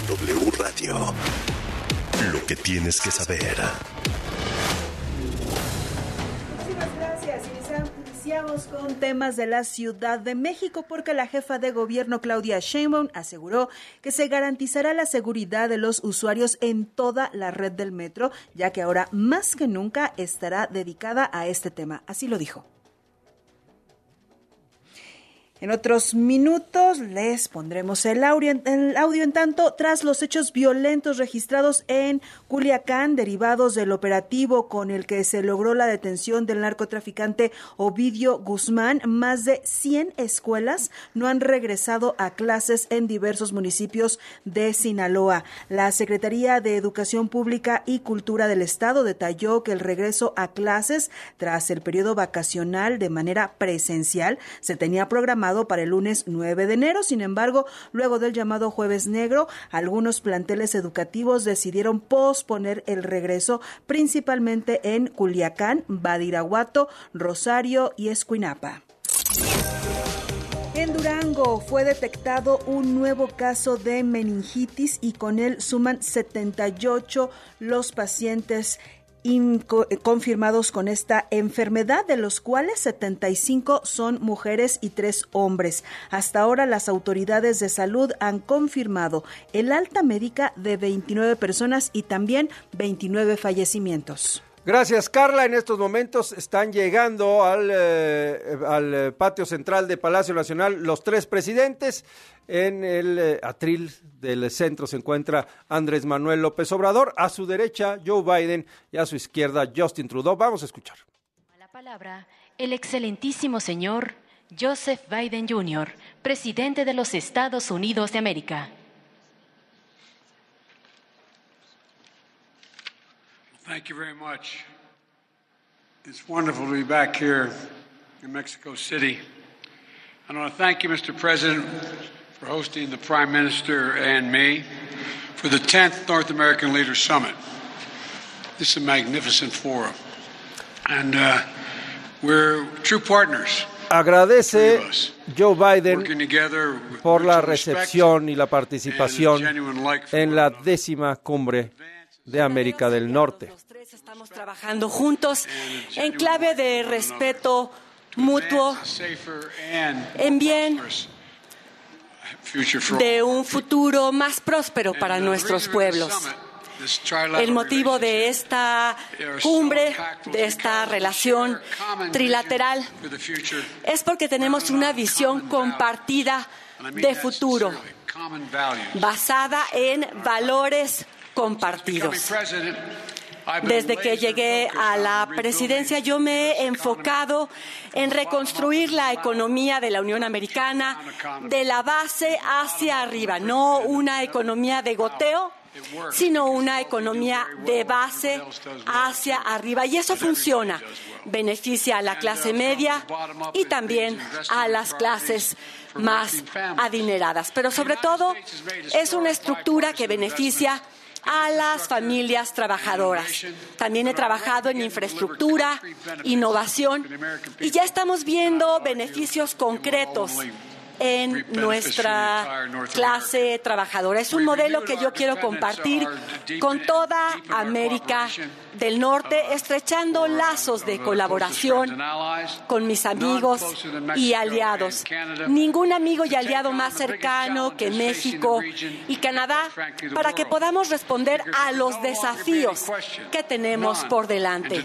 W Radio. Lo que tienes que saber. Muchísimas gracias. Iniciamos con temas de la Ciudad de México porque la jefa de gobierno Claudia Sheinbaum aseguró que se garantizará la seguridad de los usuarios en toda la red del metro, ya que ahora más que nunca estará dedicada a este tema. Así lo dijo. En otros minutos les pondremos el audio. En tanto, tras los hechos violentos registrados en Culiacán, derivados del operativo con el que se logró la detención del narcotraficante Ovidio Guzmán, más de 100 escuelas no han regresado a clases en diversos municipios de Sinaloa. La Secretaría de Educación Pública y Cultura del Estado detalló que el regreso a clases tras el periodo vacacional de manera presencial se tenía programado para el lunes 9 de enero. Sin embargo, luego del llamado Jueves Negro, algunos planteles educativos decidieron posponer el regreso, principalmente en Culiacán, Badiraguato, Rosario y Escuinapa. En Durango fue detectado un nuevo caso de meningitis y con él suman 78 los pacientes confirmados con esta enfermedad, de los cuales 75 son mujeres y 3 hombres. Hasta ahora las autoridades de salud han confirmado el alta médica de 29 personas y también 29 fallecimientos. Gracias, Carla. En estos momentos están llegando al patio central de Palacio Nacional los 3 presidentes. En el atril del centro se encuentra Andrés Manuel López Obrador, a su derecha Joe Biden y a su izquierda Justin Trudeau. Vamos a escuchar. A la palabra, el excelentísimo señor Joseph Biden Jr., presidente de los Estados Unidos de América. Thank you very much. It's wonderful to be back here in Mexico City. I want to thank you, Mr. President, for hosting the Prime Minister and me for the 10th North American Leaders Summit. This is a magnificent forum, and we're true partners. Agradece Joe Biden por la recepción y la participación en la 10ª cumbre de América del Norte. Los 3 estamos trabajando juntos en clave de respeto mutuo, en bien de un futuro más próspero para nuestros pueblos. El motivo de esta cumbre, de esta relación trilateral, es porque tenemos una visión compartida de futuro, basada en valores compartidos. Desde que llegué a la presidencia, yo me he enfocado en reconstruir la economía de la Unión Americana de la base hacia arriba, no una economía de goteo, sino una economía de base hacia arriba. Y eso funciona. Beneficia a la clase media y también a las clases más adineradas. Pero sobre todo, es una estructura que beneficia a las familias trabajadoras. También he trabajado en infraestructura, innovación, y ya estamos viendo beneficios concretos en nuestra clase trabajadora. Es un modelo que yo quiero compartir con toda América del Norte, estrechando lazos de colaboración con mis amigos y aliados. Ningún amigo y aliado más cercano que México y Canadá para que podamos responder a los desafíos que tenemos por delante.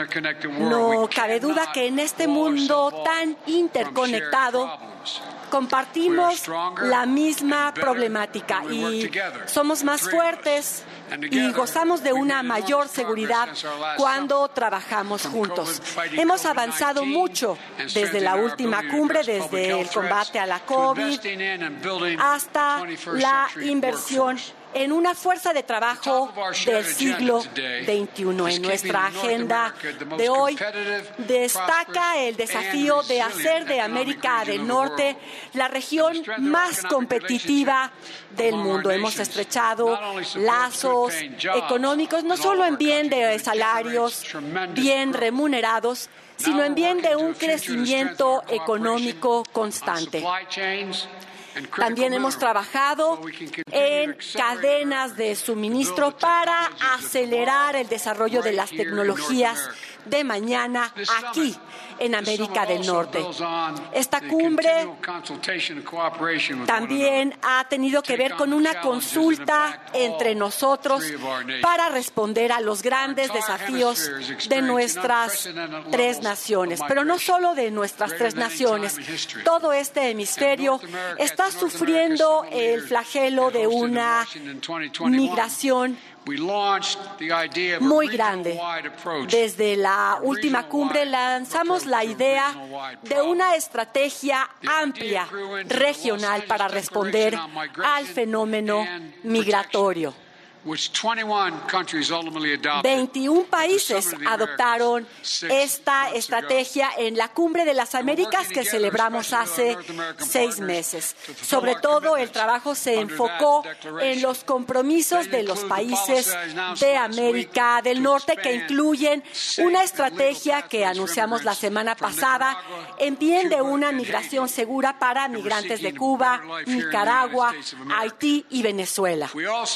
No cabe duda que en este mundo tan interconectado compartimos la misma problemática y somos más fuertes y gozamos de una mayor seguridad cuando trabajamos juntos. Hemos avanzado mucho desde la última cumbre, desde el combate a la COVID hasta la inversión en una fuerza de trabajo del siglo XXI. En nuestra agenda de hoy destaca el desafío de hacer de América del Norte la región más competitiva del mundo. Hemos estrechado lazos económicos, no solo en bien de salarios bien remunerados, sino en bien de un crecimiento económico constante. También hemos trabajado en cadenas de suministro para acelerar el desarrollo de las tecnologías de mañana aquí en América del Norte. Esta cumbre también ha tenido que ver con una consulta entre nosotros para responder a los grandes desafíos de nuestras tres naciones, pero no solo de nuestras tres naciones. Todo este hemisferio está sufriendo el flagelo de una migración muy grande. Desde la última cumbre lanzamos la idea de una estrategia amplia regional para responder al fenómeno migratorio. 21 países adoptaron esta estrategia en la Cumbre de las Américas que celebramos hace 6 meses. Sobre todo, el trabajo se enfocó en los compromisos de los países de América del Norte, que incluyen una estrategia que anunciamos la semana pasada en bien de una migración segura para migrantes de Cuba, Nicaragua, Haití y Venezuela.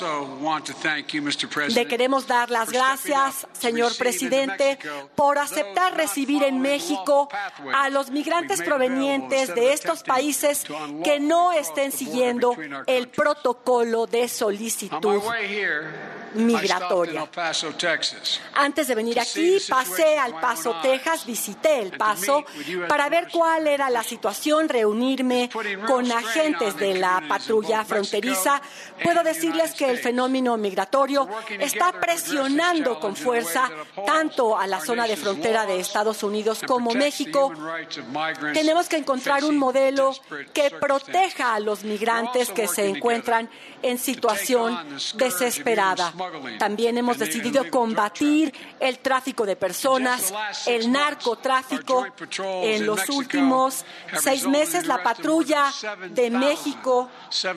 Le queremos dar las gracias, señor presidente, por aceptar recibir en México a los migrantes provenientes de estos países que no estén siguiendo el protocolo de solicitud migratoria. Antes de venir aquí, pasé al Paso, Texas, visité El Paso para ver cuál era la situación, reunirme con agentes de la patrulla fronteriza. Puedo decirles que el fenómeno migratorio está presionando con fuerza tanto a la zona de frontera de Estados Unidos como México. Tenemos que encontrar un modelo que proteja a los migrantes que se encuentran en situación desesperada. También hemos decidido combatir el tráfico de personas, el narcotráfico. En los últimos 6 meses, la patrulla de México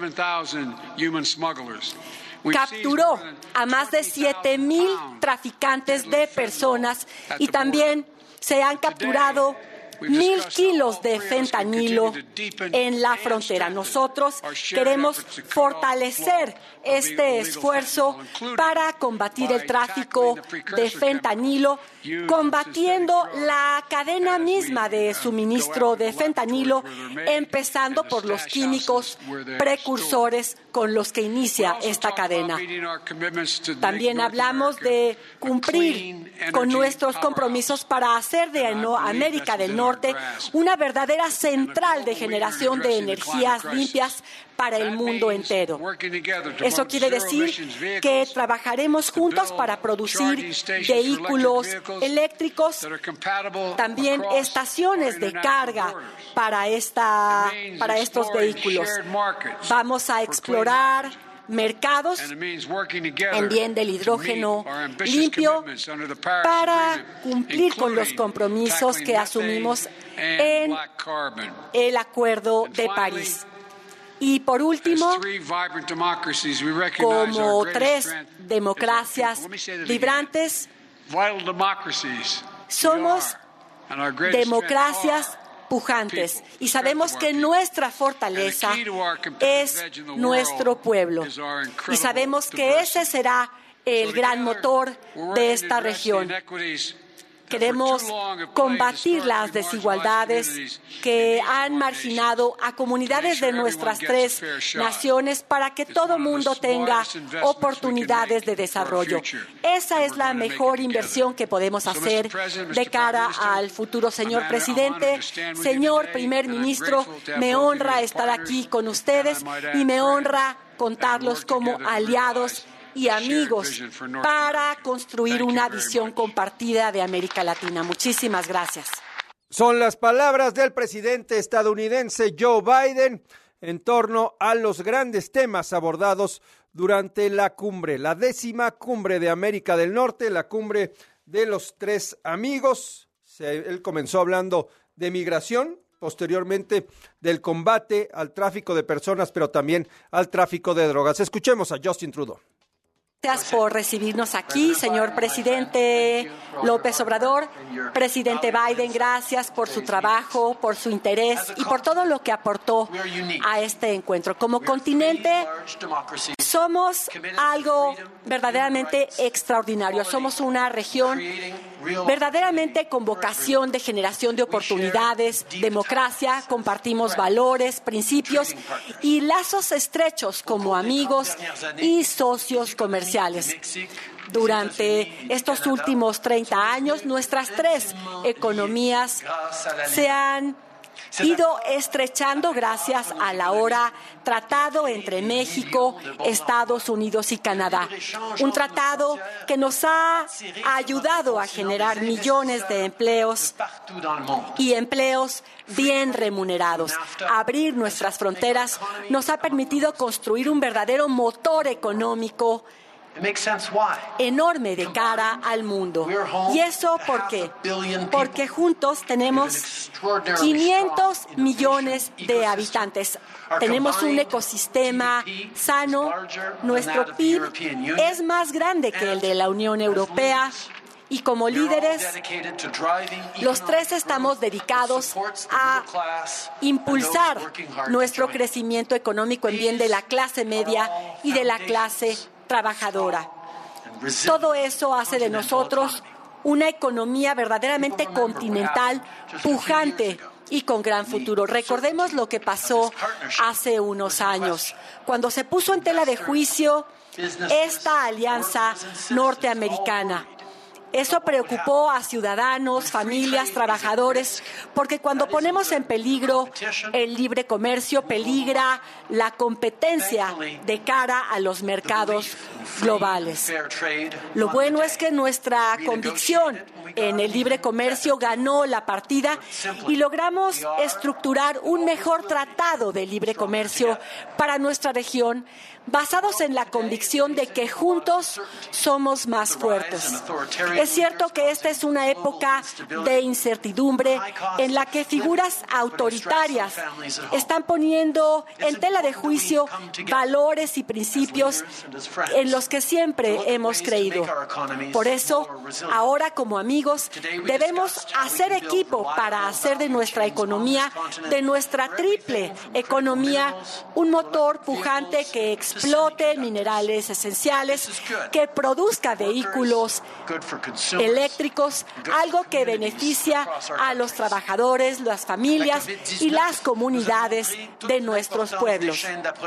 capturó a más de 7,000 traficantes de personas y también se han capturado 1,000 kilos de fentanilo en la frontera. Nosotros queremos fortalecer este esfuerzo para combatir el tráfico de fentanilo, combatiendo la cadena misma de suministro de fentanilo, empezando por los químicos precursores con los que inicia esta cadena. También hablamos de cumplir con nuestros compromisos para hacer de América del Norte una verdadera central de generación de energías limpias para el mundo entero. Eso quiere decir que trabajaremos juntos para producir vehículos eléctricos, también estaciones de carga para estos vehículos. Vamos a explorar mercados en bien del hidrógeno limpio para cumplir con los compromisos que asumimos en el Acuerdo de París. Y por último, como 3 democracias vibrantes, somos democracias pujantes y sabemos que nuestra fortaleza es nuestro pueblo y sabemos que ese será el gran motor de esta región. Queremos combatir las desigualdades que han marginado a comunidades de nuestras 3 naciones para que todo mundo tenga oportunidades de desarrollo. Esa es la mejor inversión que podemos hacer de cara al futuro. Señor presidente, señor primer ministro, me honra estar aquí con ustedes y me honra contarlos como aliados y amigos para construir una visión compartida de América Latina. Muchísimas gracias. Son las palabras del presidente estadounidense Joe Biden en torno a los grandes temas abordados durante la cumbre, la 10ª cumbre de América del Norte, la cumbre de los 3 amigos. Él comenzó hablando de migración, posteriormente del combate al tráfico de personas, pero también al tráfico de drogas. Escuchemos a Justin Trudeau. Gracias por recibirnos aquí, señor presidente López Obrador. Presidente Biden, gracias por su trabajo, por su interés y por todo lo que aportó a este encuentro. Como continente, somos algo verdaderamente extraordinario. Somos una región verdaderamente con vocación de generación de oportunidades, democracia, compartimos valores, principios y lazos estrechos como amigos y socios comerciales. Durante estos últimos 30 años, nuestras tres economías se han ido estrechando gracias al ahora tratado entre México, Estados Unidos y Canadá. Un tratado que nos ha ayudado a generar millones de empleos y empleos bien remunerados. Abrir nuestras fronteras nos ha permitido construir un verdadero motor económico enorme de cara al mundo. ¿Y eso por qué? Porque juntos tenemos 500 millones de habitantes. Tenemos un ecosistema sano. Nuestro PIB es más grande que el de la Unión Europea. Y como líderes, los tres estamos dedicados a impulsar nuestro crecimiento económico en bien de la clase media y de la clase trabajadora. Todo eso hace de nosotros una economía verdaderamente continental, pujante y con gran futuro. Recordemos lo que pasó hace unos años, cuando se puso en tela de juicio esta alianza norteamericana. Eso preocupó a ciudadanos, familias, trabajadores, porque cuando ponemos en peligro el libre comercio, peligra la competencia de cara a los mercados globales. Lo bueno es que nuestra convicción en el libre comercio ganó la partida y logramos estructurar un mejor tratado de libre comercio para nuestra región, basados en la convicción de que juntos somos más fuertes. Es cierto que esta es una época de incertidumbre en la que figuras autoritarias están poniendo en tela de juicio valores y principios en los que siempre hemos creído. Por eso, ahora como amigos, debemos hacer equipo para hacer de nuestra economía, de nuestra triple economía, un motor pujante que explote minerales esenciales, que produzca vehículos eléctricos, algo que beneficia a los trabajadores, las familias y las comunidades de nuestros pueblos.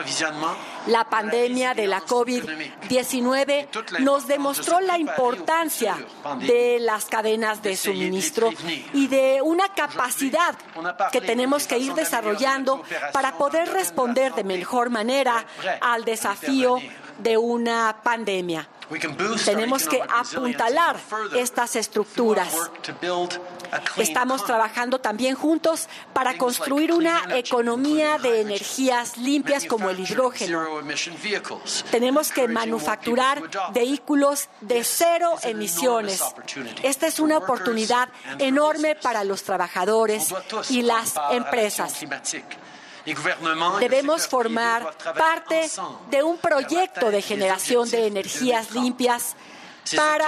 La pandemia de la COVID-19 nos demostró la importancia de las cadenas de suministro y de una capacidad que tenemos que ir desarrollando para poder responder de mejor manera al desafío de una pandemia. Tenemos que apuntalar estas estructuras. Estamos trabajando también juntos para construir una economía de energías limpias como el hidrógeno. Tenemos que manufacturar vehículos de cero emisiones. Esta es una oportunidad enorme para los trabajadores y las empresas. Debemos formar parte de un proyecto de generación de energías limpias para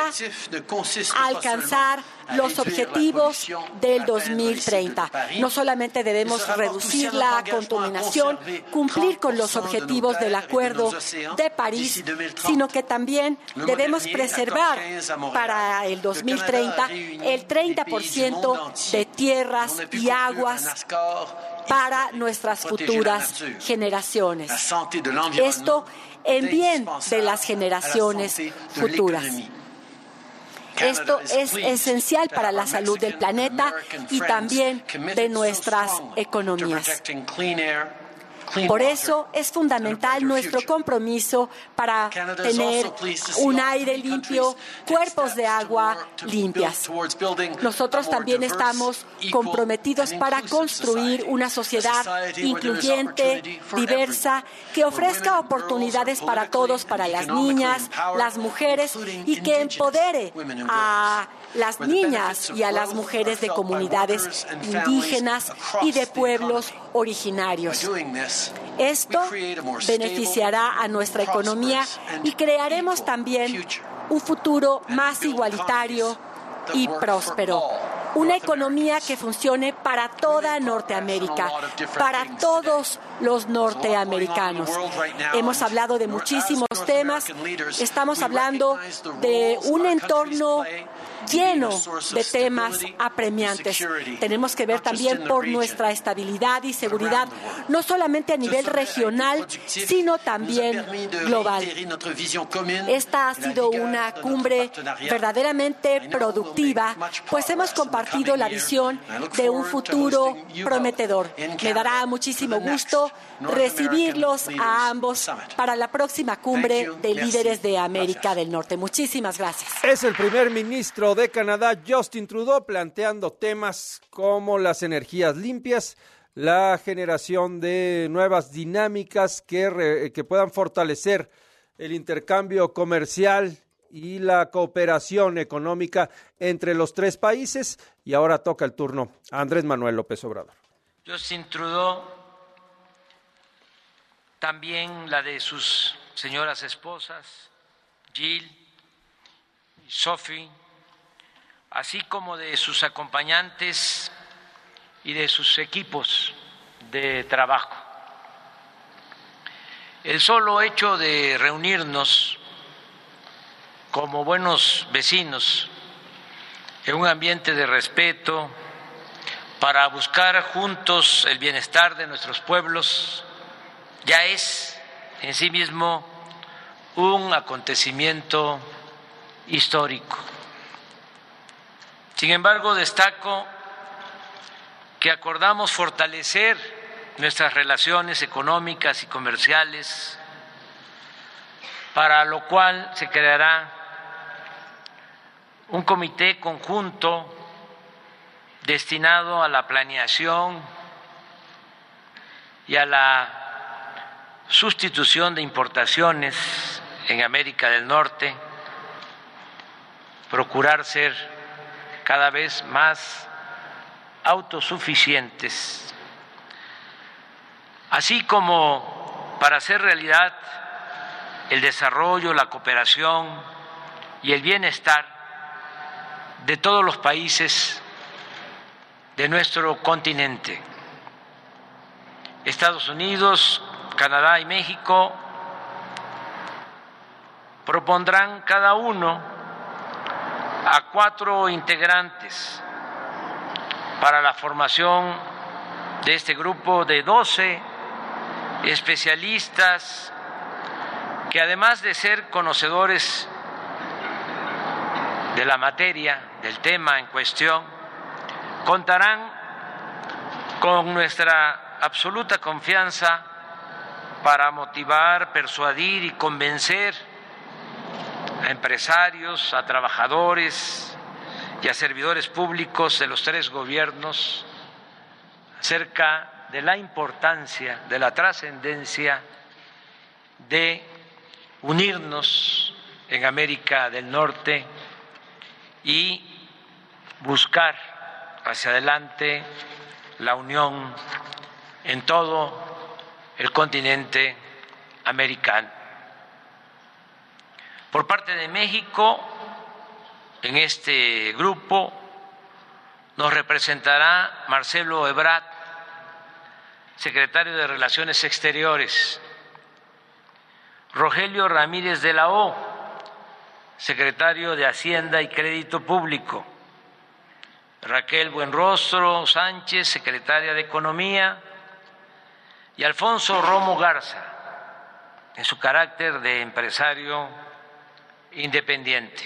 alcanzar los objetivos del 2030. No solamente debemos reducir la contaminación, cumplir con los objetivos del Acuerdo de París, sino que también debemos preservar para el 2030 el 30% de tierras y aguas para nuestras futuras generaciones. Esto en bien de las generaciones futuras. Esto es esencial para la salud del planeta y también de nuestras economías. Por eso es fundamental nuestro compromiso para tener un aire limpio, cuerpos de agua limpias. Nosotros también estamos comprometidos para construir una sociedad incluyente, diversa, que ofrezca oportunidades para todos, para las niñas, las mujeres y que empodere a las niñas y a las mujeres de comunidades indígenas y de pueblos originarios. Esto beneficiará a nuestra economía y crearemos también un futuro más igualitario y próspero. Una economía que funcione para toda Norteamérica, para todos los norteamericanos. Hemos hablado de muchísimos temas, estamos hablando de un entorno lleno de temas apremiantes. Tenemos que ver también por nuestra estabilidad y seguridad, no solamente a nivel regional, sino también global. Esta ha sido una cumbre verdaderamente productiva, pues hemos compartido la visión de un futuro prometedor. Me dará muchísimo gusto recibirlos a ambos para la próxima cumbre de líderes de América del Norte. Muchísimas gracias. Es el primer ministro de Canadá, Justin Trudeau, planteando temas como las energías limpias, la generación de nuevas dinámicas que puedan fortalecer el intercambio comercial y la cooperación económica entre los tres países. Y ahora toca el turno a Andrés Manuel López Obrador. Justin Trudeau, también la de sus señoras esposas, Jill y Sophie, así como de sus acompañantes y de sus equipos de trabajo. El solo hecho de reunirnos como buenos vecinos en un ambiente de respeto para buscar juntos el bienestar de nuestros pueblos ya es en sí mismo un acontecimiento histórico. Sin embargo, destaco que acordamos fortalecer nuestras relaciones económicas y comerciales, para lo cual se creará un comité conjunto destinado a la planeación y a la sustitución de importaciones en América del Norte, procurar ser cada vez más autosuficientes, así como para hacer realidad el desarrollo, la cooperación y el bienestar de todos los países de nuestro continente. Estados Unidos, Canadá y México propondrán cada uno a 4 integrantes para la formación de este grupo de 12 especialistas que, además de ser conocedores de la materia, del tema en cuestión, contarán con nuestra absoluta confianza para motivar, persuadir y convencer a empresarios, a trabajadores y a servidores públicos de los 3 gobiernos acerca de la importancia, de la trascendencia de unirnos en América del Norte y buscar hacia adelante la unión en todo el continente americano. Por parte de México, en este grupo nos representará Marcelo Ebrard, secretario de Relaciones Exteriores, Rogelio Ramírez de la O, secretario de Hacienda y Crédito Público, Raquel Buenrostro Sánchez, secretaria de Economía, y Alfonso Romo Garza, en su carácter de empresario independiente.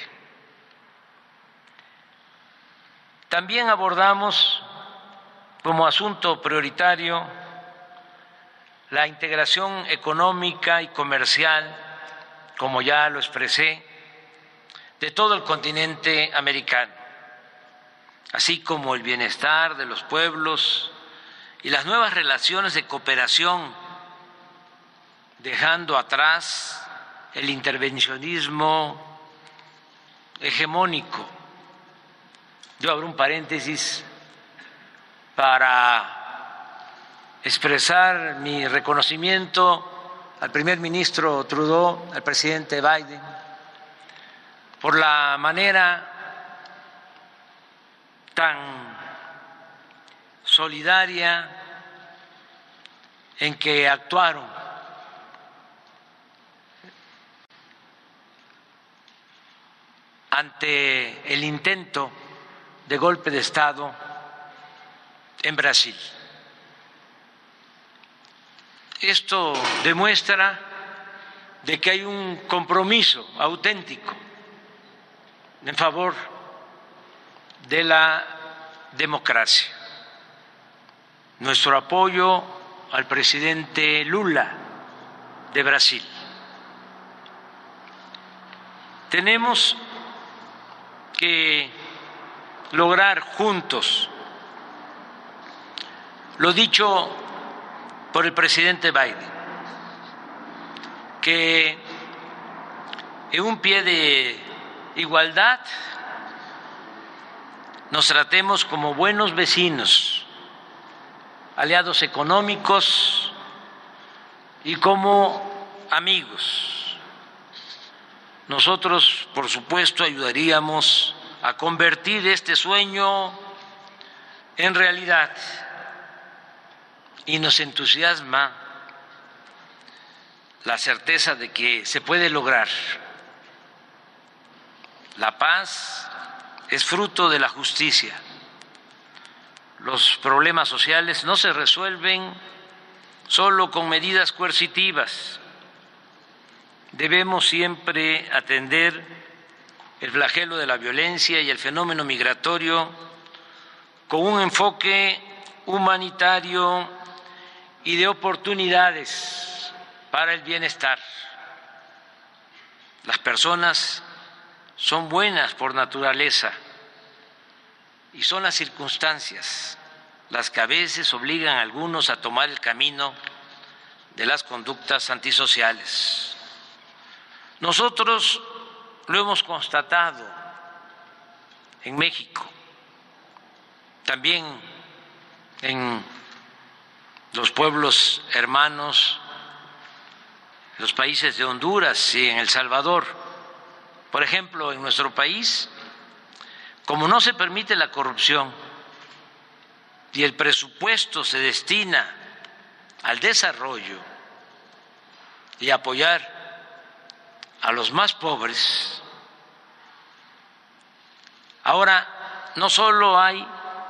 También abordamos como asunto prioritario la integración económica y comercial, como ya lo expresé, de todo el continente americano, así como el bienestar de los pueblos y las nuevas relaciones de cooperación, dejando atrás el intervencionismo hegemónico Yo abro un paréntesis para expresar mi reconocimiento al primer ministro Trudeau, al presidente Biden, por la manera tan solidaria en que actuaron ante el intento de golpe de Estado en Brasil. Esto demuestra de que hay un compromiso auténtico en favor de la democracia. Nuestro apoyo al presidente Lula de Brasil. Tenemos que lograr juntos lo dicho por el presidente Biden, que en un pie de igualdad nos tratemos como buenos vecinos, aliados económicos y como amigos. Nosotros, por supuesto, ayudaríamos a convertir este sueño en realidad y nos entusiasma la certeza de que se puede lograr. La paz es fruto de la justicia. Los problemas sociales no se resuelven solo con medidas coercitivas. Debemos siempre atender el flagelo de la violencia y el fenómeno migratorio con un enfoque humanitario y de oportunidades para el bienestar. Las personas son buenas por naturaleza y son las circunstancias las que a veces obligan a algunos a tomar el camino de las conductas antisociales. Nosotros lo hemos constatado en México, también en los pueblos hermanos, los países de Honduras y en El Salvador. Por ejemplo, en nuestro país, como no se permite la corrupción y el presupuesto se destina al desarrollo y apoyar a los más pobres, ahora no solo hay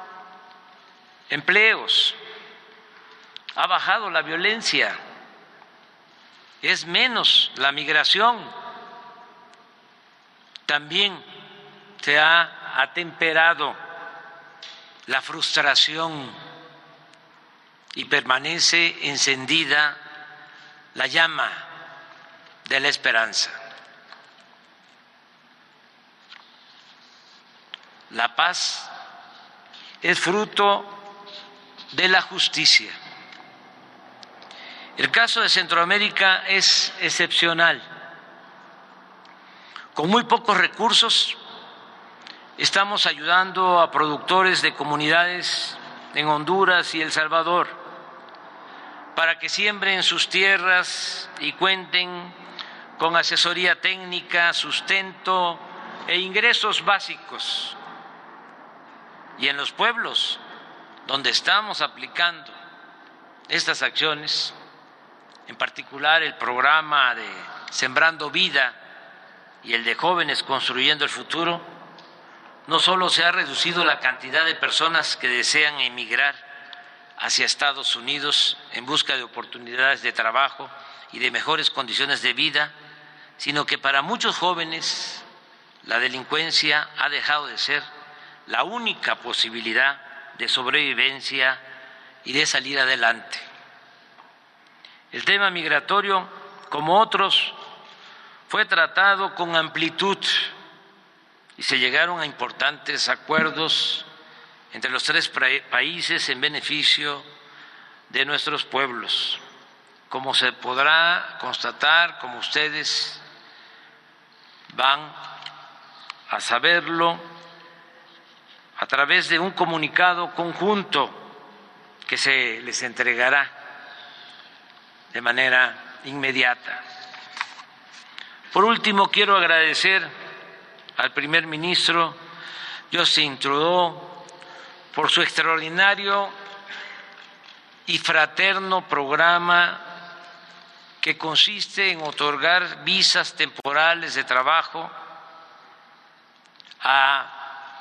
empleos, ha bajado la violencia, es menos la migración, también se ha atemperado la frustración y permanece encendida la llama de la esperanza. La paz es fruto de la justicia. El caso de Centroamérica es excepcional. Con muy pocos recursos estamos ayudando a productores de comunidades en Honduras y El Salvador para que siembren sus tierras y cuenten con asesoría técnica, sustento e ingresos básicos. Y en los pueblos donde estamos aplicando estas acciones, en particular el programa de Sembrando Vida y el de Jóvenes Construyendo el Futuro, no solo se ha reducido la cantidad de personas que desean emigrar hacia Estados Unidos en busca de oportunidades de trabajo y de mejores condiciones de vida, sino que para muchos jóvenes la delincuencia ha dejado de ser la única posibilidad de sobrevivencia y de salir adelante. El tema migratorio, como otros, fue tratado con amplitud y se llegaron a importantes acuerdos entre los tres países en beneficio de nuestros pueblos. Como se podrá constatar, como ustedes van a saberlo, a través de un comunicado conjunto que se les entregará de manera inmediata. Por último, quiero agradecer al primer ministro Justin Trudeau por su extraordinario y fraterno programa que consiste en otorgar visas temporales de trabajo a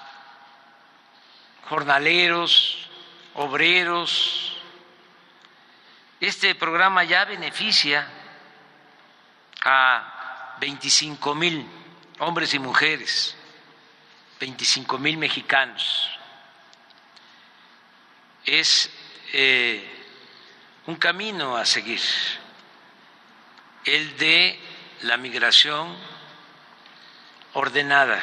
jornaleros, obreros. Este programa ya beneficia a 25,000 hombres y mujeres, 25,000 mexicanos. Es un camino a seguir, el de la migración ordenada.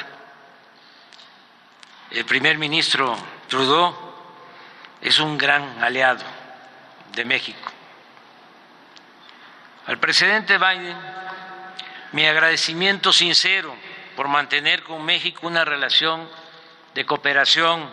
El primer ministro Trudeau es un gran aliado de México. Al presidente Biden, mi agradecimiento sincero por mantener con México una relación de cooperación,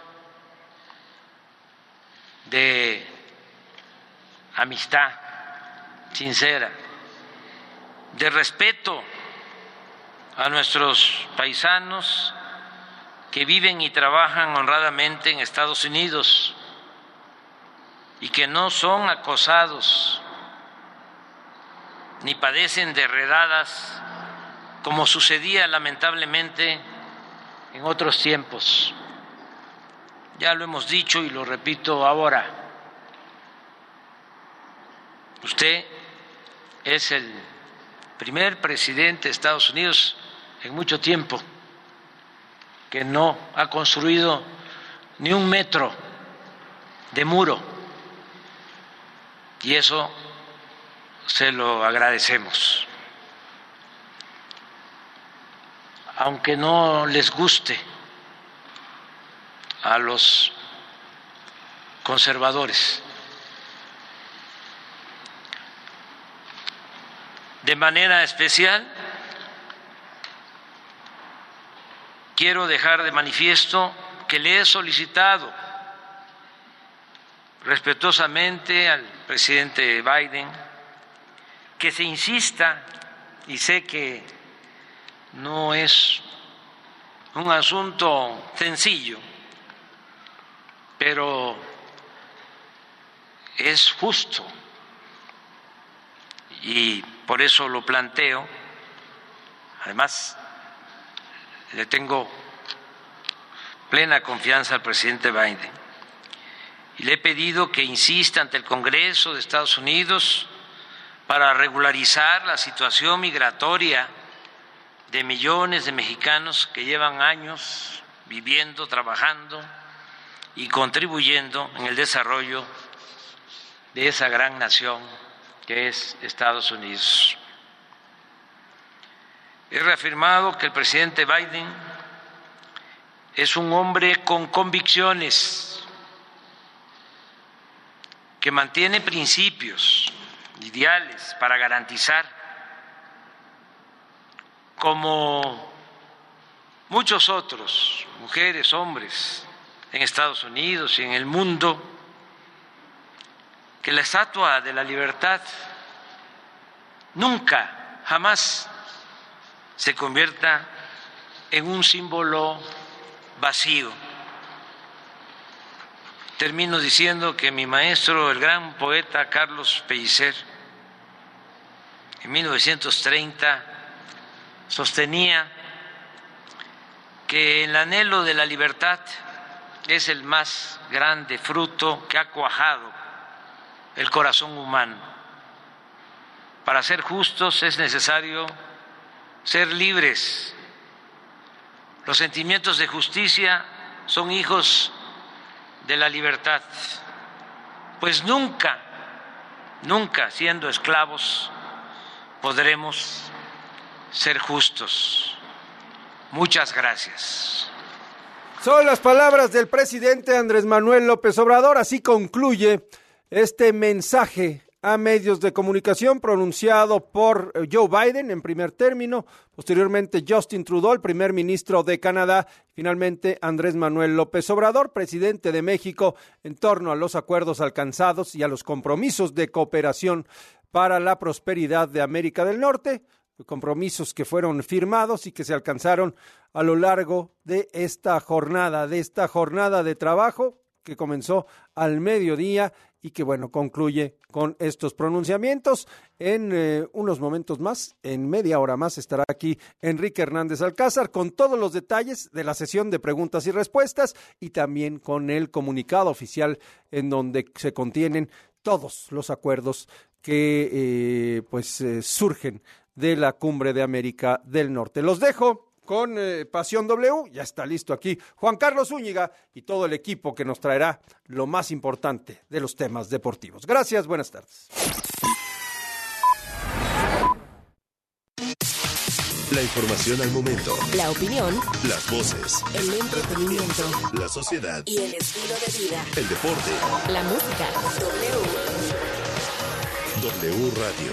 de amistad sincera, de respeto a nuestros paisanos que viven y trabajan honradamente en Estados Unidos y que no son acosados ni padecen de redadas como sucedía lamentablemente en otros tiempos. Ya lo hemos dicho y lo repito ahora. Usted es el primer presidente de Estados Unidos en mucho tiempo que no ha construido ni un metro de muro, y eso se lo agradecemos. Aunque no les guste a los conservadores. De manera especial, quiero dejar de manifiesto que le he solicitado respetuosamente al presidente Biden que se insista, y sé que no es un asunto sencillo, pero es justo y por eso lo planteo. Además, le tengo plena confianza al presidente Biden y le he pedido que insista ante el Congreso de Estados Unidos para regularizar la situación migratoria de millones de mexicanos que llevan años viviendo, trabajando y contribuyendo en el desarrollo de esa gran nación que es Estados Unidos. He reafirmado que el presidente Biden es un hombre con convicciones, que mantiene principios, ideales para garantizar, como muchos otros, mujeres, hombres, en Estados Unidos y en el mundo, que la Estatua de la Libertad nunca, jamás se convierta en un símbolo vacío. Termino diciendo que mi maestro, el gran poeta Carlos Pellicer, en 1930 sostenía que el anhelo de la libertad es el más grande fruto que ha cuajado el corazón humano. Para ser justos es necesario ser libres. Los sentimientos de justicia son hijos de la libertad, pues nunca, nunca siendo esclavos podremos ser justos. Muchas gracias. Son las palabras del presidente Andrés Manuel López Obrador. Así concluye este mensaje a medios de comunicación pronunciado por Joe Biden en primer término, posteriormente Justin Trudeau, el primer ministro de Canadá, finalmente Andrés Manuel López Obrador, presidente de México, en torno a los acuerdos alcanzados y a los compromisos de cooperación para la prosperidad de América del Norte, compromisos que fueron firmados y que se alcanzaron a lo largo de esta jornada de trabajo que comenzó al mediodía y que, bueno, concluye con estos pronunciamientos. En unos momentos más, en media hora más, estará aquí Enrique Hernández Alcázar con todos los detalles de la sesión de preguntas y respuestas y también con el comunicado oficial en donde se contienen todos los acuerdos que surgen de la Cumbre de América del Norte. Los dejo con Pasión W, ya está listo aquí Juan Carlos Zúñiga y todo el equipo que nos traerá lo más importante de los temas deportivos. Gracias, buenas tardes. La información al momento, la opinión, las voces, el entretenimiento, la sociedad y el estilo de vida, el deporte, la música. W Radio.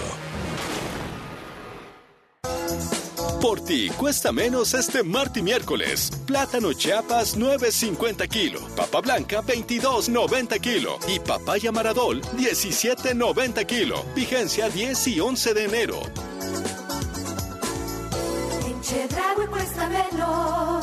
Por ti cuesta menos este martes y miércoles. Plátano Chiapas 9.50 kilo, papa blanca 22.90 kilo y papaya Maradol 17.90 kilo. Vigencia 10 y 11 de enero. En Chedraui cuesta menos.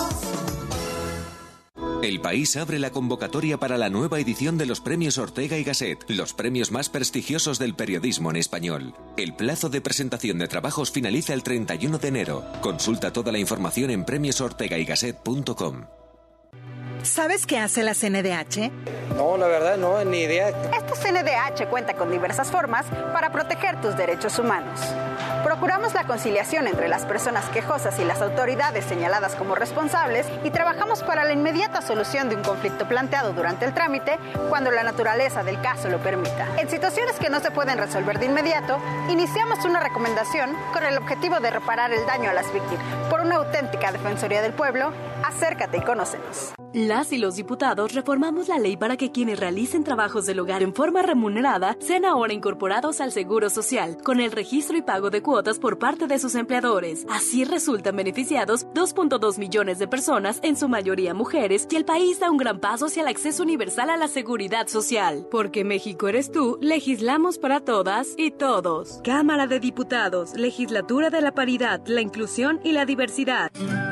El País abre la convocatoria para la nueva edición de los premios Ortega y Gasset, los premios más prestigiosos del periodismo en español. El plazo de presentación de trabajos finaliza el 31 de enero. Consulta toda la información en premiosortegaygasset.com. ¿Sabes qué hace la CNDH? No, la verdad no, ni idea. Esta CNDH cuenta con diversas formas para proteger tus derechos humanos. Procuramos la conciliación entre las personas quejosas y las autoridades señaladas como responsables y trabajamos para la inmediata solución de un conflicto planteado durante el trámite cuando la naturaleza del caso lo permita. En situaciones que no se pueden resolver de inmediato, iniciamos una recomendación con el objetivo de reparar el daño a las víctimas. Por una auténtica Defensoría del Pueblo, acércate y conócenos. Las y los diputados reformamos la ley para que quienes realicen trabajos del hogar en forma remunerada sean ahora incorporados al Seguro Social, con el registro y pago de cuotas por parte de sus empleadores. Así resultan beneficiados 2.2 millones de personas, en su mayoría mujeres, y el país da un gran paso hacia el acceso universal a la seguridad social. Porque México eres tú, legislamos para todas y todos. Cámara de Diputados, Legislatura de la Paridad, la Inclusión y la Diversidad.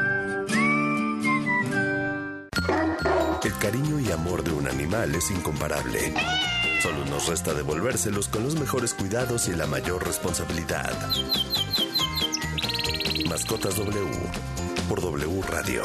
El cariño y amor de un animal es incomparable. Solo nos resta devolvérselos con los mejores cuidados y la mayor responsabilidad. Mascotas W por W Radio.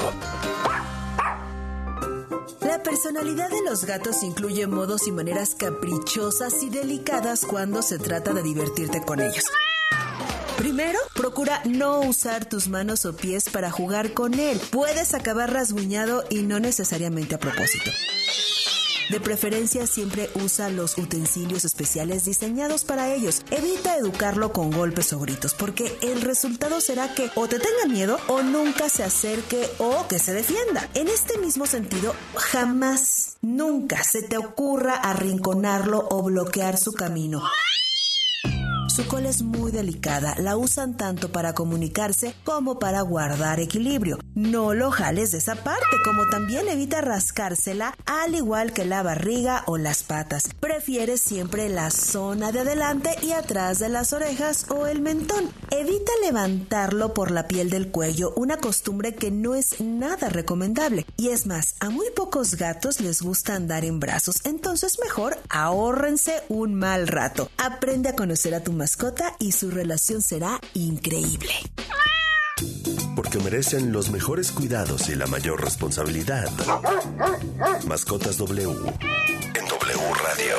La personalidad de los gatos incluye modos y maneras caprichosas y delicadas cuando se trata de divertirte con ellos. Primero, procura no usar tus manos o pies para jugar con él. Puedes acabar rasguñado y no necesariamente a propósito. De preferencia, siempre usa los utensilios especiales diseñados para ellos. Evita educarlo con golpes o gritos, porque el resultado será que o te tenga miedo o nunca se acerque o que se defienda. En este mismo sentido, jamás, nunca se te ocurra arrinconarlo o bloquear su camino. Su cola es muy delicada, la usan tanto para comunicarse como para guardar equilibrio. No lo jales de esa parte, como también evita rascársela, al igual que la barriga o las patas. Prefiere siempre la zona de adelante y atrás de las orejas o el mentón. Evita levantarlo por la piel del cuello, una costumbre que no es nada recomendable. Y es más, a muy pocos gatos les gusta andar en brazos, entonces mejor ahórrense un mal rato. Aprende a conocer a tu mascota y su relación será increíble. Porque merecen los mejores cuidados y la mayor responsabilidad. Mascotas W en W Radio.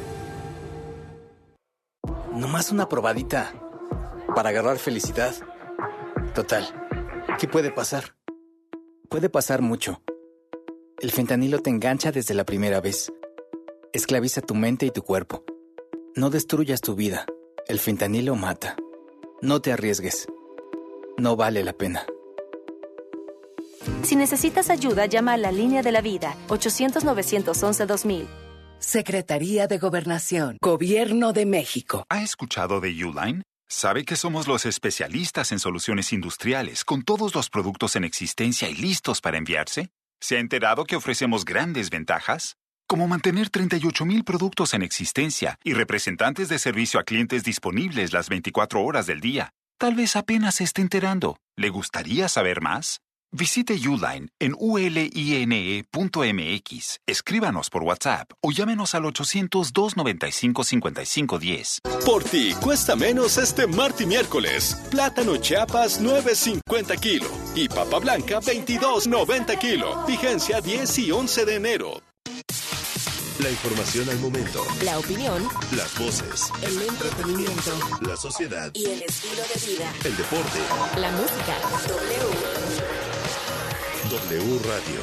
Nomás una probadita para agarrar felicidad. Total, ¿qué puede pasar? Puede pasar mucho. El fentanilo te engancha desde la primera vez. Esclaviza tu mente y tu cuerpo. No destruyas tu vida. El fentanilo mata. No te arriesgues. No vale la pena. Si necesitas ayuda, llama a la Línea de la Vida, 800-911-2000. Secretaría de Gobernación, Gobierno de México. ¿Ha escuchado de Uline? Sabe que somos los especialistas en soluciones industriales, con todos los productos en existencia y listos para enviarse. ¿Se ha enterado que ofrecemos grandes ventajas? Como mantener 38,000 productos en existencia y representantes de servicio a clientes disponibles las 24 horas del día. Tal vez apenas se esté enterando. ¿Le gustaría saber más? Visite Uline en uline.mx, escríbanos por WhatsApp o llámenos al 800-295-5510. Por ti cuesta menos este martes y miércoles. Plátano Chiapas 9.50 kilo y papa blanca 22.90 kilo. Vigencia 10 y 11 de enero. La información al momento. La opinión. Las voces. El entretenimiento. La sociedad. Y el estilo de vida. El deporte. La música. W Radio.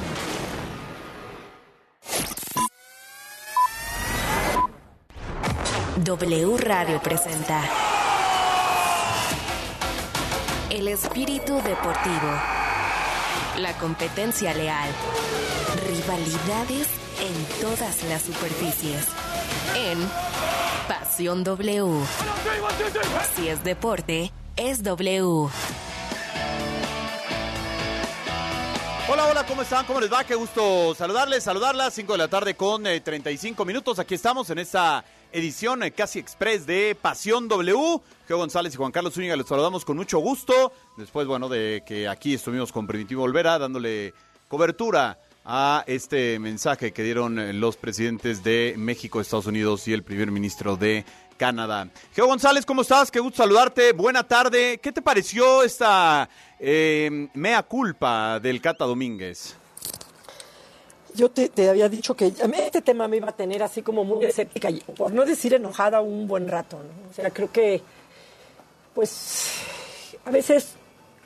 W Radio presenta El espíritu deportivo. La competencia leal. Rivalidades en todas las superficies. En Pasión W. Si es deporte, es W. Hola, ¿cómo están? ¿Cómo les va? Qué gusto saludarlas. 5 de la tarde con 35 minutos. Aquí estamos en esta edición casi express de Pasión W. Geo González y Juan Carlos Zúñiga les saludamos con mucho gusto. Después, de que aquí estuvimos con Primitivo Olvera dándole cobertura a este mensaje que dieron los presidentes de México, Estados Unidos y el primer ministro de Canadá. Geo González, ¿cómo estás? Qué gusto saludarte. Buena tarde. ¿Qué te pareció esta mea culpa del Cata Domínguez? Yo te había dicho que este tema me iba a tener así como muy escéptica, por no decir enojada un buen rato, ¿no? O sea, creo que, pues, a veces,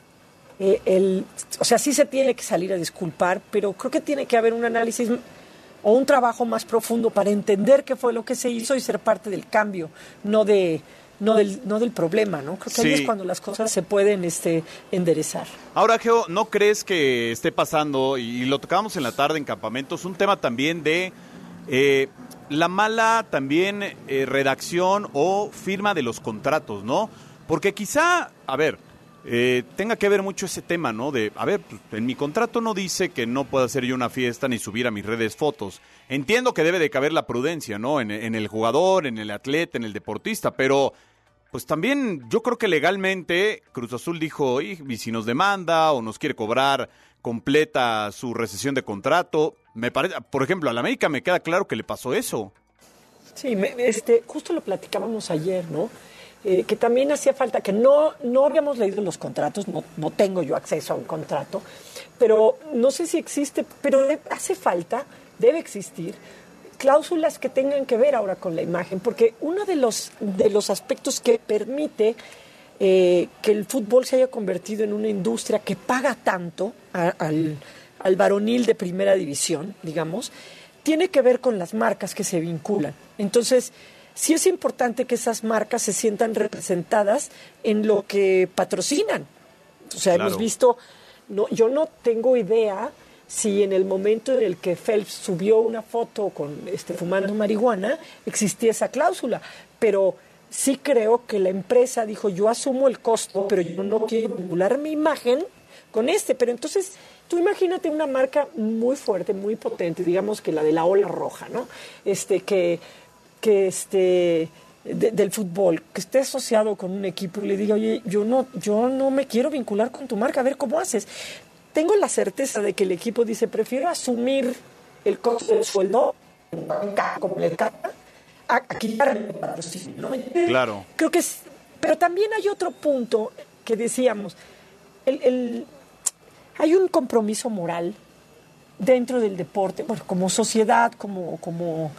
sí se tiene que salir a disculpar, pero creo que tiene que haber un análisis o un trabajo más profundo para entender qué fue lo que se hizo y ser parte del cambio, no del problema, ¿no? Creo que ahí es cuando las cosas se pueden enderezar. Ahora, Geo, ¿no crees que esté pasando, y lo tocábamos en la tarde en Campamentos, un tema también de la mala también redacción o firma de los contratos, ¿no? Porque quizá, tenga que ver mucho ese tema, ¿no? Pues, en mi contrato no dice que no pueda hacer yo una fiesta ni subir a mis redes fotos. Entiendo que debe de caber la prudencia, ¿no? En el jugador, en el atleta, en el deportista, pero pues también yo creo que legalmente Cruz Azul dijo, y si nos demanda o nos quiere cobrar completa su rescisión de contrato, me parece, por ejemplo, a la América me queda claro que le pasó eso. Sí, justo lo platicábamos ayer, ¿no? Que también hacía falta, que no habíamos leído los contratos, no tengo yo acceso a un contrato, pero no sé si existe, pero hace falta, debe existir, cláusulas que tengan que ver ahora con la imagen, porque uno de los aspectos que permite que el fútbol se haya convertido en una industria que paga tanto al varonil de primera división, digamos, tiene que ver con las marcas que se vinculan. Entonces, sí es importante que esas marcas se sientan representadas en lo que patrocinan. O sea, claro. Hemos visto, yo no tengo idea si en el momento en el que Phelps subió una foto con fumando marihuana, existía esa cláusula, pero sí creo que la empresa dijo, yo asumo el costo, pero yo no quiero vincular mi imagen con pero entonces tú imagínate una marca muy fuerte, muy potente, digamos que la de la ola roja, ¿no? Del fútbol, que esté asociado con un equipo y le diga, oye, yo no me quiero vincular con tu marca, a ver cómo haces. Tengo la certeza de que el equipo dice, prefiero asumir el costo del sueldo como el Cata a quitarme el patrocinio, ¿no? Claro. Creo que es, pero también hay otro punto que decíamos, hay un compromiso moral dentro del deporte, bueno, como sociedad, como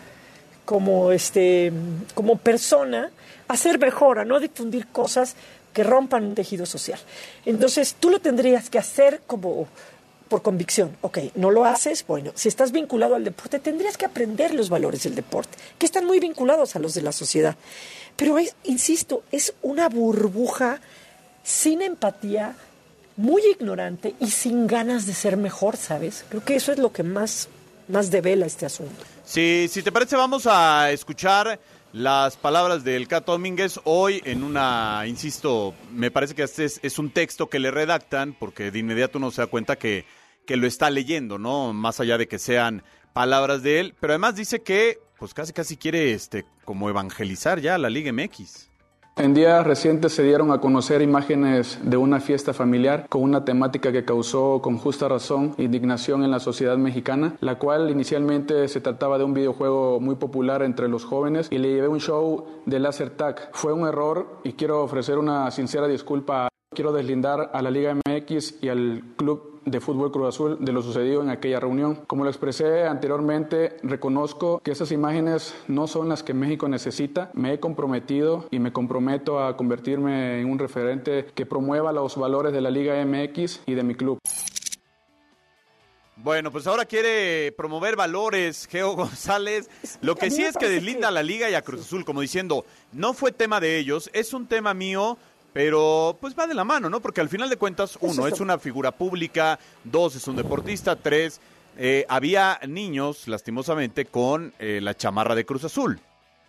persona, a ser mejor, a no difundir cosas que rompan un tejido social. Entonces, tú lo tendrías que hacer como por convicción. Ok, no lo haces, bueno, si estás vinculado al deporte, tendrías que aprender los valores del deporte, que están muy vinculados a los de la sociedad. Pero, insisto, es una burbuja sin empatía, muy ignorante y sin ganas de ser mejor, ¿sabes? Creo que eso es lo que más de vela este asunto. Sí, si te parece, vamos a escuchar las palabras del Cato Domínguez hoy en una, insisto, me parece que este es un texto que le redactan, porque de inmediato uno se da cuenta que lo está leyendo, ¿no? Más allá de que sean palabras de él, pero además dice que pues casi quiere como evangelizar ya a la Liga MX. En días recientes se dieron a conocer imágenes de una fiesta familiar con una temática que causó con justa razón indignación en la sociedad mexicana, la cual inicialmente se trataba de un videojuego muy popular entre los jóvenes y le llevé un show de laser tag. Fue un error y quiero ofrecer una sincera disculpa. Quiero deslindar a la Liga MX y al Club de Fútbol Cruz Azul de lo sucedido en aquella reunión. Como lo expresé anteriormente, reconozco que esas imágenes no son las que México necesita. Me he comprometido y me comprometo a convertirme en un referente que promueva los valores de la Liga MX y de mi club. Bueno, pues ahora quiere promover valores, Geo González. Lo que sí es que deslinda a la Liga y a Cruz Azul, como diciendo, no fue tema de ellos, es un tema mío, pero pues va de la mano, ¿no? Porque al final de cuentas, uno, es una figura pública, dos, es un deportista, tres, había niños, lastimosamente, con la chamarra de Cruz Azul.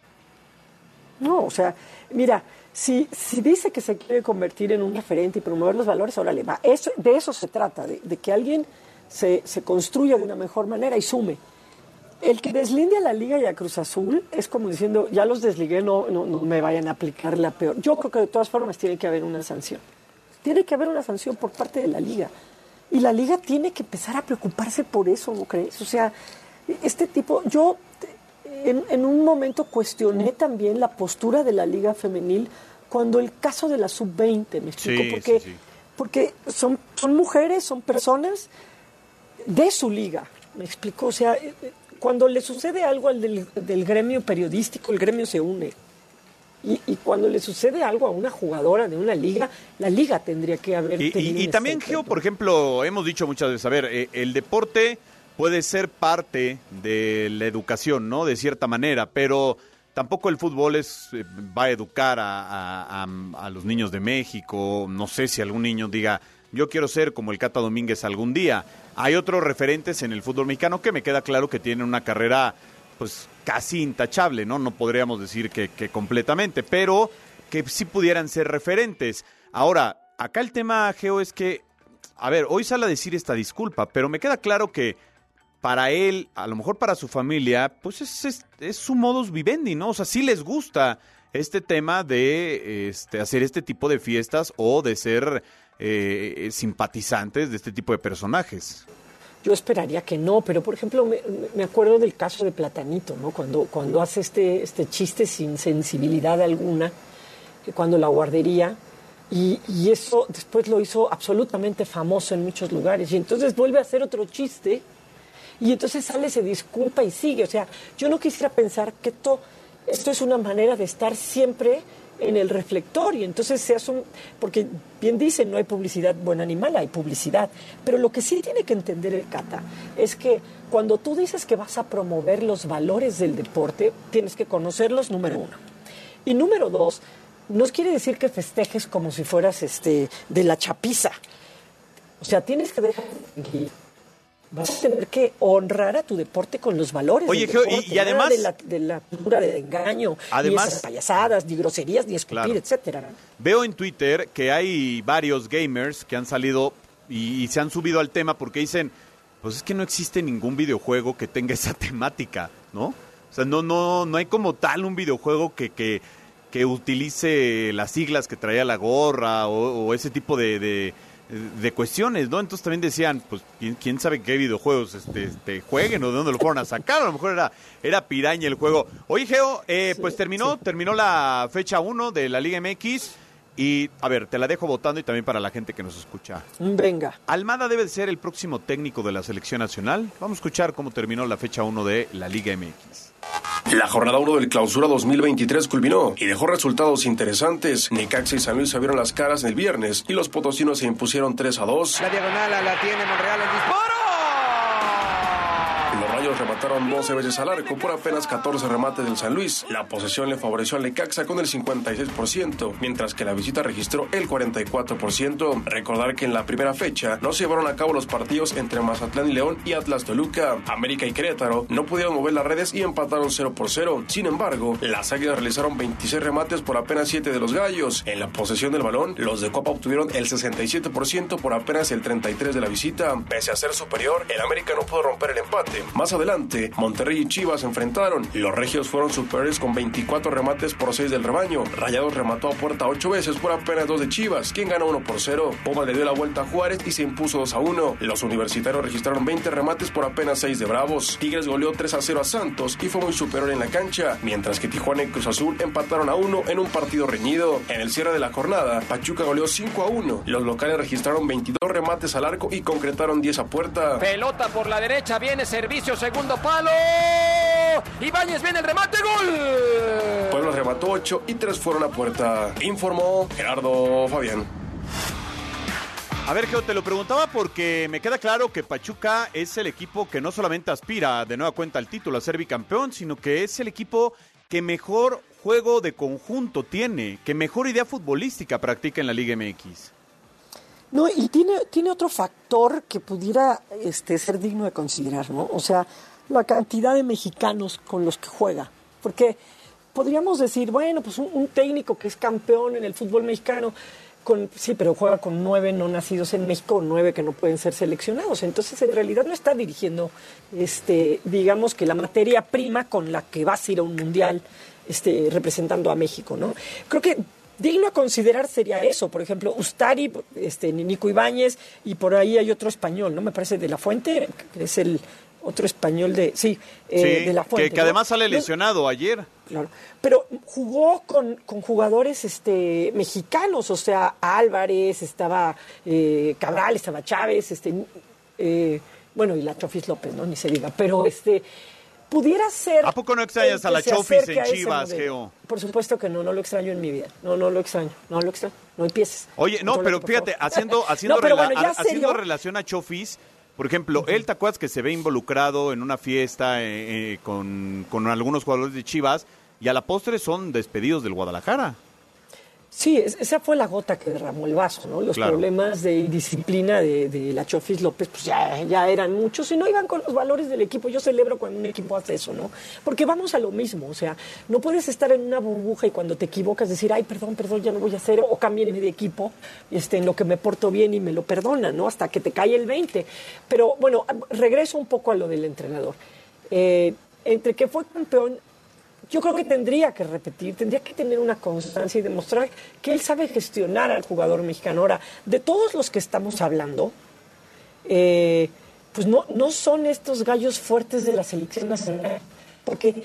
No, o sea, mira, si dice que se quiere convertir en un referente y promover los valores, órale, va. De eso se trata, de que alguien se construya de una mejor manera y sume. El que deslinde a la Liga y a Cruz Azul es como diciendo, ya los desligué, no me vayan a aplicar la peor. Yo creo que de todas formas tiene que haber una sanción. Tiene que haber una sanción por parte de la Liga. Y la Liga tiene que empezar a preocuparse por eso, ¿no crees? O sea, este tipo... Yo en un momento cuestioné también la postura de la Liga Femenil cuando el caso de la Sub-20, ¿me explico? Sí, porque son mujeres, son personas de su liga, ¿me explico? O sea, cuando le sucede algo al del gremio periodístico, el gremio se une. Y cuando le sucede algo a una jugadora de una liga, la liga tendría que haber tenido y también, Geo, por ejemplo, hemos dicho muchas veces, a ver, el deporte puede ser parte de la educación, ¿no? De cierta manera, pero tampoco el fútbol va a educar a los niños de México. No sé si algún niño diga, yo quiero ser como el Cata Domínguez algún día. Hay otros referentes en el fútbol mexicano que me queda claro que tienen una carrera pues casi intachable, ¿no? No podríamos decir que completamente, pero que sí pudieran ser referentes. Ahora, acá el tema, Geo, es que, a ver, hoy sale a decir esta disculpa, pero me queda claro que para él, a lo mejor para su familia, pues es su modus vivendi, ¿no? O sea, sí les gusta este tema de hacer este tipo de fiestas o de ser simpatizantes de este tipo de personajes. Yo esperaría que no, pero por ejemplo me acuerdo del caso de Platanito, ¿no? Cuando hace este chiste sin sensibilidad alguna, que cuando la guardería, y eso después lo hizo absolutamente famoso en muchos lugares, y entonces vuelve a hacer otro chiste, y entonces sale, se disculpa y sigue. O sea, yo no quisiera pensar que esto es una manera de estar siempre en el reflector, y entonces se asume, porque bien dicen, no hay publicidad buen animal, hay publicidad, pero lo que sí tiene que entender el Cata es que cuando tú dices que vas a promover los valores del deporte, tienes que conocerlos, número uno, y número dos, no quiere decir que festejes como si fueras de la chapiza, o sea, tienes que dejar vas a tener que honrar a tu deporte con los valores. Oye, del deporte, y además de la cultura de engaño, además, ni esas payasadas, ni groserías, ni escupir, claro, etcétera. Veo en Twitter que hay varios gamers que han salido y se han subido al tema porque dicen, pues es que no existe ningún videojuego que tenga esa temática, ¿no? O sea, no hay como tal un videojuego que utilice las siglas que traía la gorra o ese tipo de cuestiones, ¿no? Entonces también decían, pues, ¿quién sabe qué videojuegos jueguen o de dónde lo fueron a sacar? A lo mejor era piraña el juego. Oye, Geo, pues terminó la fecha 1 de la Liga MX y, a ver, te la dejo votando y también para la gente que nos escucha. Venga. ¿Almada debe ser el próximo técnico de la selección nacional? Vamos a escuchar cómo terminó la fecha 1 de la Liga MX. La jornada 1 del Clausura 2023 culminó y dejó resultados interesantes. Necaxa y San Luis se vieron las caras el viernes y los potosinos se impusieron 3-2. La diagonal la tiene Monreal, el disparo. Los Rayos remataron 12 veces al arco por apenas 14 remates del San Luis. La posesión le favoreció al Necaxa con el 56%, mientras que la visita registró el 44%. Recordar que en la primera fecha no se llevaron a cabo los partidos entre Mazatlán y León y Atlas Toluca. América y Querétaro no pudieron mover las redes y empataron 0-0. Sin embargo, las Águilas realizaron 26 remates por apenas 7 de los Gallos. En la posesión del balón, los de Copa obtuvieron el 67% por apenas el 33% de la visita. Pese a ser superior, el América no pudo romper el empate. Más adelante, Monterrey y Chivas se enfrentaron. Los regios fueron superiores con 24 remates por 6 del rebaño. Rayados remató a puerta 8 veces por apenas 2 de Chivas, quien ganó 1-0. Pumas le dio la vuelta a Juárez y se impuso 2-1. Los universitarios registraron 20 remates por apenas 6 de Bravos. Tigres goleó 3-0 a Santos y fue muy superior en la cancha, mientras que Tijuana y Cruz Azul empataron a 1 en un partido reñido. En el cierre de la jornada, Pachuca goleó 5-1. Los locales registraron 22 remates al arco y concretaron 10 a puerta. Pelota por la derecha, viene servicio, segundo palo. Ibáñez, viene el remate, gol. Puebla remató 8 y 3 fueron a puerta. Informó Gerardo Fabián. A ver, Geo, te lo preguntaba porque me queda claro que Pachuca es el equipo que no solamente aspira de nueva cuenta al título, a ser bicampeón, sino que es el equipo que mejor juego de conjunto tiene, que mejor idea futbolística practica en la Liga MX. No, y tiene otro factor que pudiera ser digno de considerar, ¿no? O sea, la cantidad de mexicanos con los que juega. Porque podríamos decir, bueno, pues un técnico que es campeón en el fútbol mexicano, sí, pero juega con 9 no nacidos en México o 9 que no pueden ser seleccionados. Entonces, en realidad no está dirigiendo, digamos que la materia prima con la que vas a ir a un mundial representando a México, ¿no? Creo que digno a considerar sería eso, por ejemplo, Ustari, Nico Ibáñez, y por ahí hay otro español, ¿no? Me parece de La Fuente, que es el otro español de de La Fuente. Que además sale lesionado ayer. Claro, pero jugó con jugadores mexicanos, o sea, Álvarez, estaba Cabral, estaba Chávez, bueno, y la Chofis López, ¿no? Ni se diga, pero pudiera ser... ¿A poco no extrañas a la Chofis en Chivas, Geo? Por supuesto que no lo extraño en mi vida. No lo extraño, no empieces. Oye, no, pero fíjate, haciendo relación a Chofis, por ejemplo, él, ¿te acuerdas que se ve involucrado en una fiesta con algunos jugadores de Chivas y a la postre son despedidos del Guadalajara? Sí, esa fue la gota que derramó el vaso, ¿no? Los problemas de indisciplina de la Chofis López, pues ya eran muchos y no iban con los valores del equipo. Yo celebro cuando un equipo hace eso, ¿no? Porque vamos a lo mismo, o sea, no puedes estar en una burbuja y cuando te equivocas decir, ay, perdón, ya no voy a hacer, o cámbienme de equipo, en lo que me porto bien y me lo perdonan, ¿no? Hasta que te cae el 20. Pero, bueno, regreso un poco a lo del entrenador. Entre que fue campeón, yo creo que tendría que repetir, tendría que tener una constancia y demostrar que él sabe gestionar al jugador mexicano. Ahora, de todos los que estamos hablando, pues no son estos gallos fuertes de la selección nacional, porque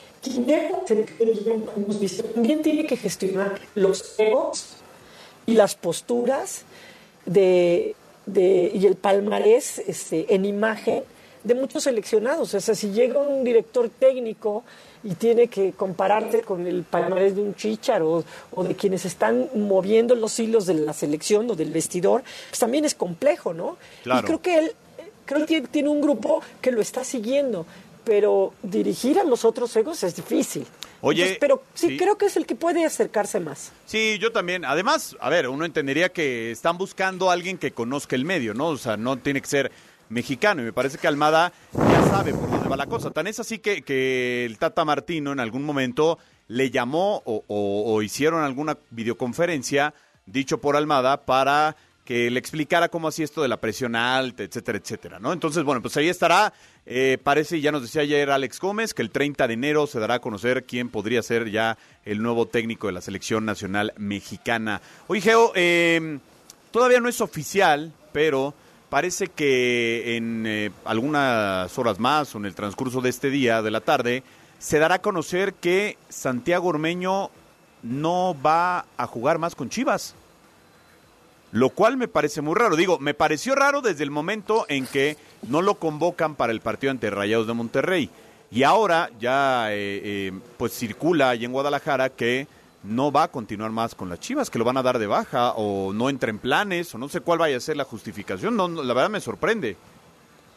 también tiene que gestionar los egos y las posturas y el palmarés en imagen de muchos seleccionados. O sea, si llega un director técnico y tiene que compararte con el palmarés de un Chícharo o de quienes están moviendo los hilos de la selección o del vestidor, pues también es complejo, ¿no? Claro. Y creo que tiene un grupo que lo está siguiendo, pero dirigir a los otros egos es difícil. Oye, entonces, pero sí, creo que es el que puede acercarse más. Sí, yo también. Además, a ver, uno entendería que están buscando a alguien que conozca el medio, ¿no? O sea, no tiene que ser mexicano, y me parece que Almada ya sabe por dónde va la cosa. Tan es así que el Tata Martino en algún momento le llamó o hicieron alguna videoconferencia, dicho por Almada, para que le explicara cómo hacía esto de la presión alta, etcétera, etcétera, ¿no? Entonces, bueno, pues ahí estará. Parece, ya nos decía ayer Alex Gómez, que el 30 de enero se dará a conocer quién podría ser ya el nuevo técnico de la selección nacional mexicana. Oye, Geo, todavía no es oficial, pero parece que en algunas horas más o en el transcurso de este día, de la tarde, se dará a conocer que Santiago Ormeño no va a jugar más con Chivas. Lo cual me parece muy raro. Digo, me pareció raro desde el momento en que no lo convocan para el partido ante Rayados de Monterrey. Y ahora ya pues circula ahí en Guadalajara que no va a continuar más con las Chivas, que lo van a dar de baja o no entra en planes o no sé cuál vaya a ser la justificación. No, la verdad me sorprende.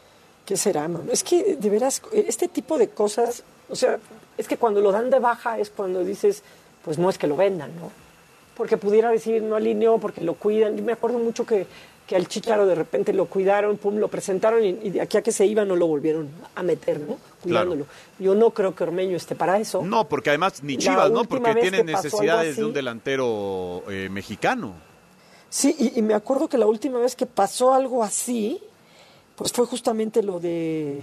¿Qué será, mano? Es que, de veras, este tipo de cosas, o sea, es que cuando lo dan de baja es cuando dices, pues no es que lo vendan, ¿no? Porque pudiera decir, no alineó, porque lo cuidan. Yo me acuerdo mucho que al Chícharo de repente lo cuidaron, pum, lo presentaron y de aquí a que se iba no lo volvieron a meter, ¿no? Cuidándolo. Claro. Yo no creo que Ormeño esté para eso. No, porque además ni Chivas, ¿no? Porque tienen necesidades de un delantero mexicano. Sí, y me acuerdo que la última vez que pasó algo así, pues fue justamente lo de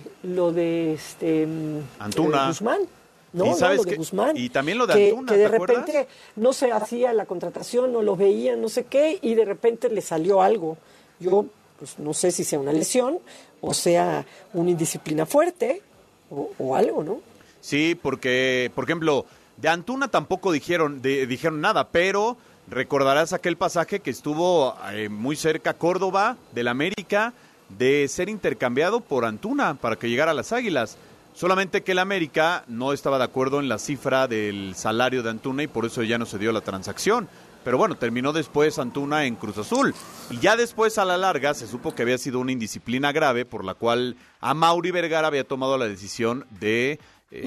Antuna. Guzmán. No, ¿sabes lo de Guzmán. Y también lo de Antuna, que de repente no se hacía la contratación, no lo veían, no sé qué, y de repente le salió algo. Yo pues no sé si sea una lesión o sea una indisciplina fuerte o algo, ¿no? Sí, porque, por ejemplo, de Antuna tampoco dijeron nada, pero recordarás aquel pasaje que estuvo muy cerca Córdoba del América de ser intercambiado por Antuna para que llegara a las Águilas. Solamente que el América no estaba de acuerdo en la cifra del salario de Antuna y por eso ya no se dio la transacción. Pero bueno, terminó después Antuna en Cruz Azul. Y ya después, a la larga, se supo que había sido una indisciplina grave por la cual Amaury Vergara había tomado la decisión de,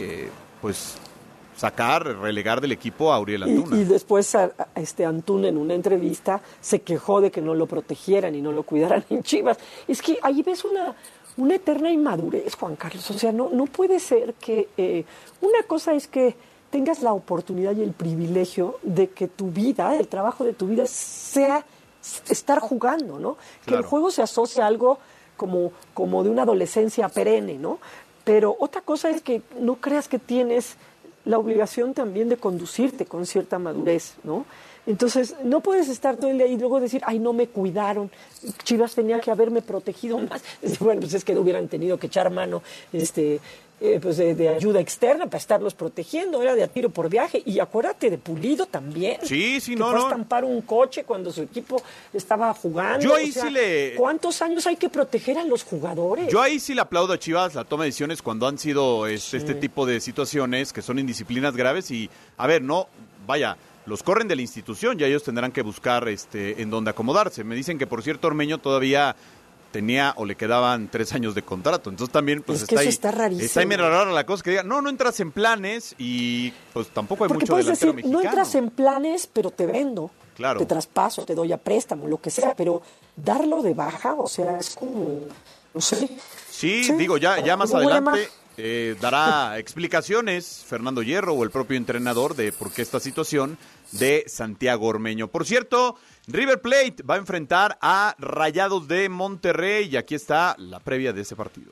relegar del equipo a Auriel Antuna. Y después Antuna en una entrevista se quejó de que no lo protegieran y no lo cuidaran en Chivas. Es que ahí ves una eterna inmadurez, Juan Carlos. O sea, no puede ser que... una cosa es que tengas la oportunidad y el privilegio de que tu vida, el trabajo de tu vida, sea estar jugando, ¿no? Claro. Que el juego se asocia a algo como de una adolescencia perenne, ¿no? Pero otra cosa es que no creas que tienes la obligación también de conducirte con cierta madurez, ¿no? Entonces, no puedes estar todo el día y luego decir, ay, no me cuidaron, Chivas tenía que haberme protegido más. Bueno, pues es que hubieran tenido que echar mano de ayuda externa para estarlos protegiendo, era de a tiro por viaje. Y acuérdate de Pulido también. Sí, que fue a estampar un coche cuando su equipo estaba jugando. Yo ahí ¿Cuántos años hay que proteger a los jugadores? Yo ahí sí le aplaudo a Chivas la toma de decisiones cuando han sido este tipo de situaciones que son indisciplinas graves y, los corren de la institución y ellos tendrán que buscar en dónde acomodarse. Me dicen que, por cierto, Ormeño todavía tenía o le quedaban 3 años de contrato. Entonces también pues está ahí. Está rarísimo. Está ahí medio rara la cosa que diga, no entras en planes y pues tampoco hay mucho delantero mexicano. No entras en planes, pero te vendo. Claro. Te traspaso, te doy a préstamo, lo que sea, pero darlo de baja, o sea, es como, no sé. Sí, digo, ya más adelante dará explicaciones Fernando Hierro o el propio entrenador de por qué esta situación de Santiago Ormeño. Por cierto, River Plate va a enfrentar a Rayados de Monterrey y aquí está la previa de ese partido.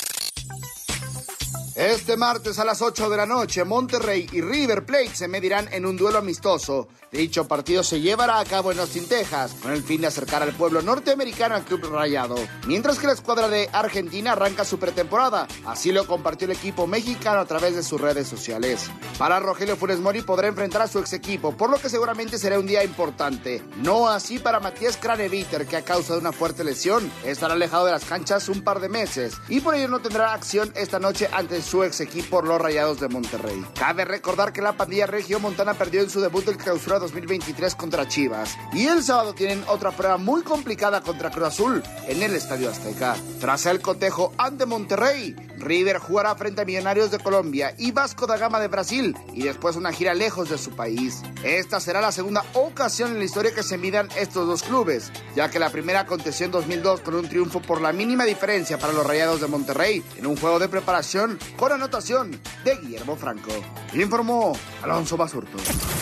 Este martes a las 8 de la noche, Monterrey y River Plate se medirán en un duelo amistoso. Dicho partido se llevará a cabo en Austin, Texas, con el fin de acercar al pueblo norteamericano al club rayado. Mientras que la escuadra de Argentina arranca su pretemporada, así lo compartió el equipo mexicano a través de sus redes sociales. Para Rogelio Funes Mori podrá enfrentar a su ex equipo, por lo que seguramente será un día importante. No así para Matías Craneviter, que a causa de una fuerte lesión estará alejado de las canchas un par de meses y por ello no tendrá acción esta noche ante su ex equipo, los Rayados de Monterrey. Cabe recordar que la pandilla regiomontana perdió en su debut del Clausura 2023 contra Chivas y el sábado tienen otra prueba muy complicada contra Cruz Azul en el Estadio Azteca. Tras el cotejo ante Monterrey, River jugará frente a Millonarios de Colombia y Vasco da Gama de Brasil y después una gira lejos de su país. Esta será la segunda ocasión en la historia que se midan estos dos clubes, ya que la primera aconteció en 2002 con un triunfo por la mínima diferencia para los Rayados de Monterrey en un juego de preparación con anotación de Guillermo Franco. Informó Alonso Basurto.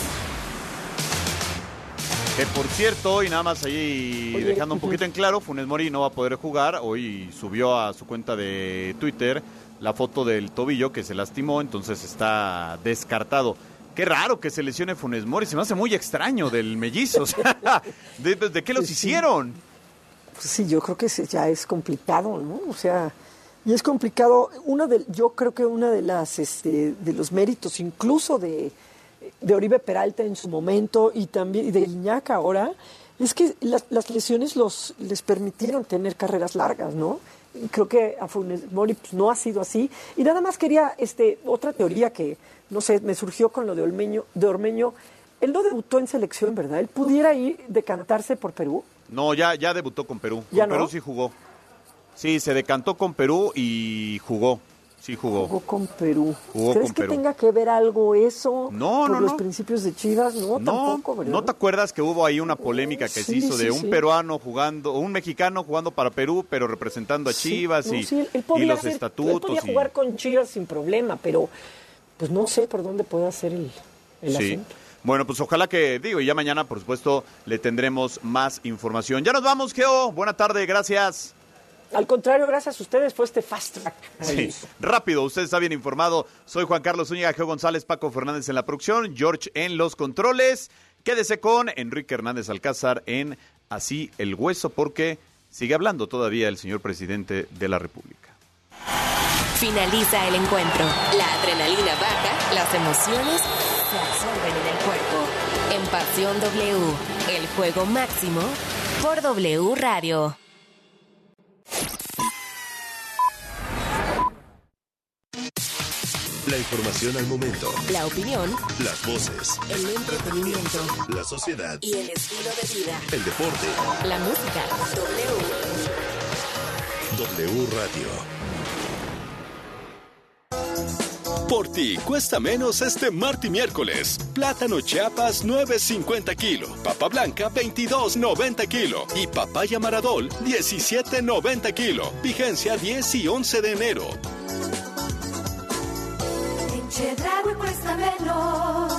Que por cierto, y nada más ahí dejando un poquito en claro, Funes Mori no va a poder jugar. Hoy subió a su cuenta de Twitter la foto del tobillo que se lastimó, entonces está descartado. Qué raro que se lesione Funes Mori, se me hace muy extraño del mellizo. O sea, ¿de qué los hicieron? Pues sí, yo creo que ya es complicado, ¿no? O sea, y es complicado. Yo creo que una de las de los méritos, incluso de Oribe Peralta en su momento y también de Iñak ahora, es que las lesiones les permitieron tener carreras largas, ¿no? Y creo que a Funes Mori pues, no ha sido así. Y nada más quería otra teoría que, no sé, me surgió con lo de Ormeño. Él no debutó en selección, ¿verdad? ¿Él pudiera decantarse por Perú? No, ya debutó con Perú. ¿Ya con no? Perú sí jugó. Sí, se decantó con Perú y jugó. Sí, jugó. Jugó con Perú. Jugó ¿Crees con que Perú. tenga que ver algo eso? No, por no, los no. principios de Chivas, no, tampoco, ¿verdad? ¿No te acuerdas que hubo ahí una polémica que se hizo de un peruano jugando, un mexicano jugando para Perú, pero representando a Chivas él y podía los estatutos? Él podía jugar con Chivas sin problema, pero pues no sé por dónde puede ser el asunto. Bueno, pues ojalá que, ya mañana, por supuesto, le tendremos más información. Ya nos vamos, Geo. Buena tarde, gracias. Al contrario, gracias a ustedes fue este fast track. Sí, rápido, usted está bien informado. Soy Juan Carlos Zúñiga, Geo González, Paco Fernández en la producción, George en los controles. Quédese con Enrique Hernández Alcázar en Así el Hueso, porque sigue hablando todavía el señor presidente de la República. Finaliza el encuentro. La adrenalina baja, las emociones se absorben en el cuerpo. En Pasión W, el juego máximo por W Radio. La información al momento. La opinión. Las voces. El entretenimiento. La sociedad. Y el estilo de vida. El deporte. La música. W Radio. Por ti cuesta menos este martes y miércoles. Plátano Chiapas 9.50 kilo, papa blanca 22.90 kilo y papaya Maradol 17.90 kilo. Vigencia 10 y 11 de enero. En Chedraui cuesta menos.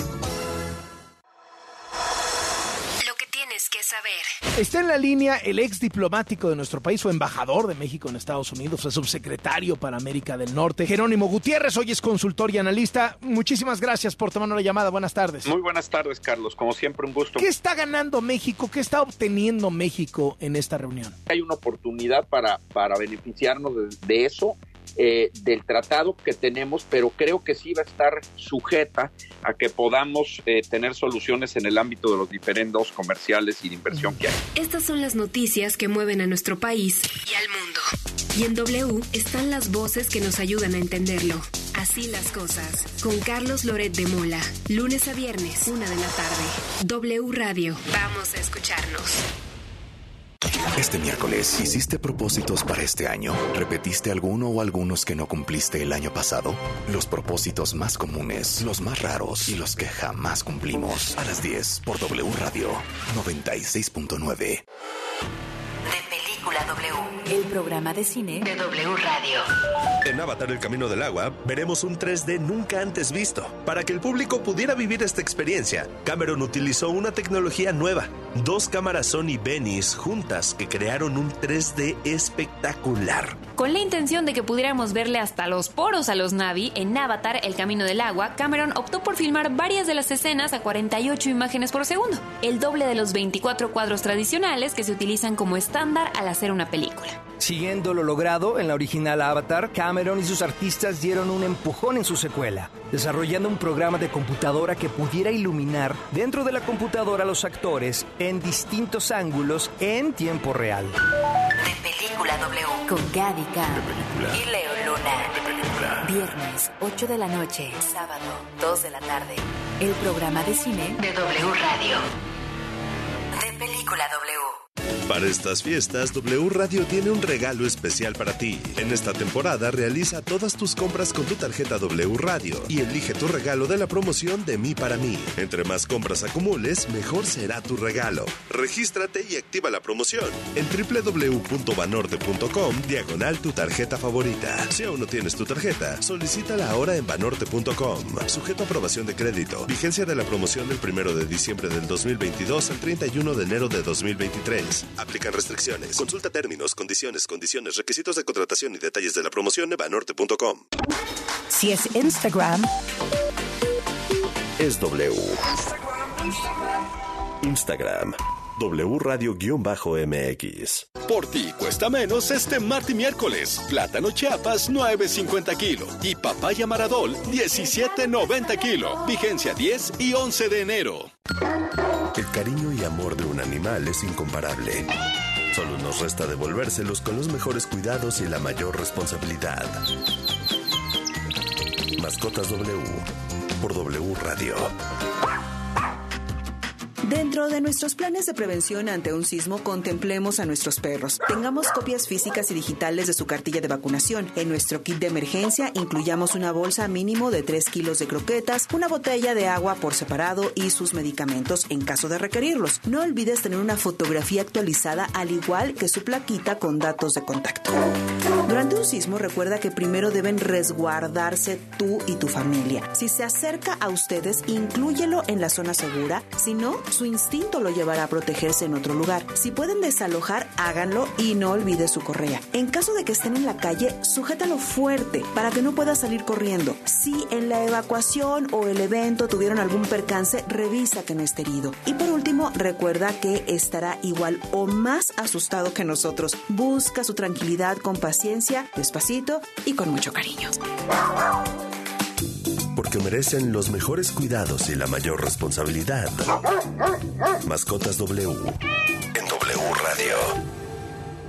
Lo que tienes que saber. Está en la línea el ex diplomático de nuestro país o embajador de México en Estados Unidos, fue subsecretario para América del Norte, Jerónimo Gutiérrez, hoy es consultor y analista. Muchísimas gracias por tomarnos la llamada, buenas tardes. Muy buenas tardes, Carlos, como siempre un gusto. ¿Qué está ganando México? ¿Qué está obteniendo México en esta reunión? Hay una oportunidad para beneficiarnos de eso. Del tratado que tenemos, pero creo que sí va a estar sujeta a que podamos tener soluciones en el ámbito de los diferendos comerciales y de inversión que hay. Estas son las noticias que mueven a nuestro país y al mundo. Y en W están las voces que nos ayudan a entenderlo. Así las cosas. Con Carlos Loret de Mola. Lunes a viernes, 1 de la tarde. W Radio. Vamos a escucharnos. Este miércoles, ¿hiciste propósitos para este año? ¿Repetiste alguno o algunos que no cumpliste el año pasado? Los propósitos más comunes, los más raros y los que jamás cumplimos. A las 10 por W Radio 96.9. Película W, el programa de cine de W Radio. En Avatar: El Camino del Agua veremos un 3D nunca antes visto. Para que el público pudiera vivir esta experiencia, Cameron utilizó una tecnología nueva. 2 cámaras Sony Venice juntas que crearon un 3D espectacular. Con la intención de que pudiéramos verle hasta los poros a los Na'vi, en Avatar: El Camino del Agua, Cameron optó por filmar varias de las escenas a 48 imágenes por segundo, el doble de los 24 cuadros tradicionales que se utilizan como estándar al hacer una película. Siguiendo lo logrado en la original Avatar, Cameron y sus artistas dieron un empujón en su secuela, desarrollando un programa de computadora que pudiera iluminar dentro de la computadora a los actores en distintos ángulos en tiempo real. De Película W, con Gaby Khan y Leo Luna. Viernes, 8 de la noche, sábado, 2 de la tarde. El programa de cine de W Radio. De Película W. Para estas fiestas, W Radio tiene un regalo especial para ti. En esta temporada, realiza todas tus compras con tu tarjeta W Radio y elige tu regalo de la promoción de Mí para Mí. Entre más compras acumules, mejor será tu regalo. Regístrate y activa la promoción en www.banorte.com/tu tarjeta favorita. Si aún no tienes tu tarjeta, solicítala ahora en banorte.com. Sujeto a aprobación de crédito. Vigencia de la promoción del 1 de diciembre del 2022 al 31 de enero de 2023. Aplican restricciones. Consulta términos, condiciones, requisitos de contratación y detalles de la promoción en banorte.com. Si es Instagram, es W. Instagram. W Radio-MX. Por ti cuesta menos este martes y miércoles. Plátano Chiapas 9.50 kilo y papaya Maradol 17.90 kilo. Vigencia 10 y 11 de enero. El cariño y amor de un animal es incomparable. Solo nos resta devolvérselos con los mejores cuidados y la mayor responsabilidad. Mascotas W por W Radio. Dentro de nuestros planes de prevención ante un sismo, contemplemos a nuestros perros. Tengamos copias físicas y digitales de su cartilla de vacunación. En nuestro kit de emergencia incluyamos una bolsa mínimo de 3 kilos de croquetas, una botella de agua por separado y sus medicamentos en caso de requerirlos. No olvides tener una fotografía actualizada al igual que su plaquita con datos de contacto. Durante un sismo, recuerda que primero deben resguardarse tú y tu familia. Si se acerca a ustedes, inclúyelo en la zona segura. Si no, su instinto lo llevará a protegerse en otro lugar. Si pueden desalojar, háganlo y no olvides su correa. En caso de que estén en la calle, sujétalo fuerte para que no pueda salir corriendo. Si en la evacuación o el evento tuvieron algún percance, revisa que no esté herido. Y por último, recuerda que estará igual o más asustado que nosotros. Busca su tranquilidad con paciencia, despacito y con mucho cariño. Porque merecen los mejores cuidados y la mayor responsabilidad. Mascotas W en W Radio.